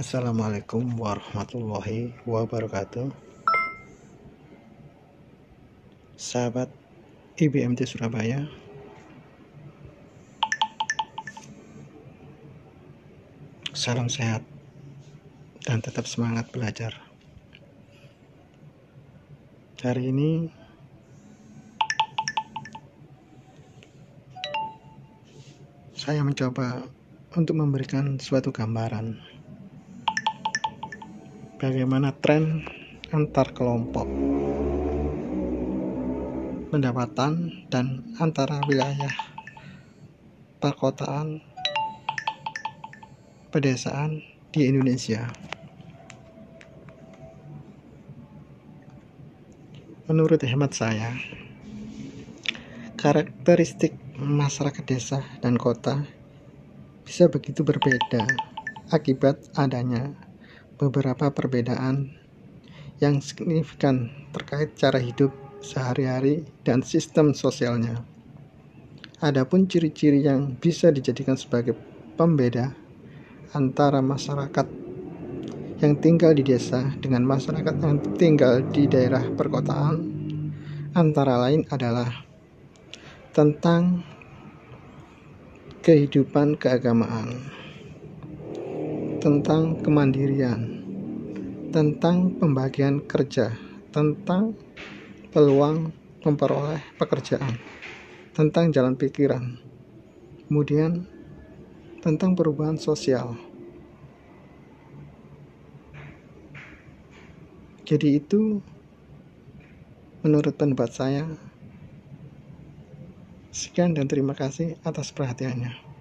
Assalamualaikum warahmatullahi wabarakatuh. Sahabat IBMT Surabaya, salam sehat dan tetap semangat belajar. Hari ini saya mencoba untuk memberikan suatu gambaran bagaimana tren antar kelompok pendapatan dan antara wilayah perkotaan, pedesaan di Indonesia. Menurut hemat saya, karakteristik masyarakat desa dan kota bisa begitu berbeda akibat adanya beberapa perbedaan yang signifikan terkait cara hidup sehari-hari dan sistem sosialnya. Adapun ciri-ciri yang bisa dijadikan sebagai pembeda antara masyarakat yang tinggal di desa dengan masyarakat yang tinggal di daerah perkotaan antara lain adalah tentang kehidupan keagamaan, tentang kemandirian, tentang pembagian kerja, tentang peluang memperoleh pekerjaan, tentang jalan pikiran, kemudian tentang perubahan sosial. Jadi itu menurut pendapat saya. Sekian dan terima kasih atas perhatiannya.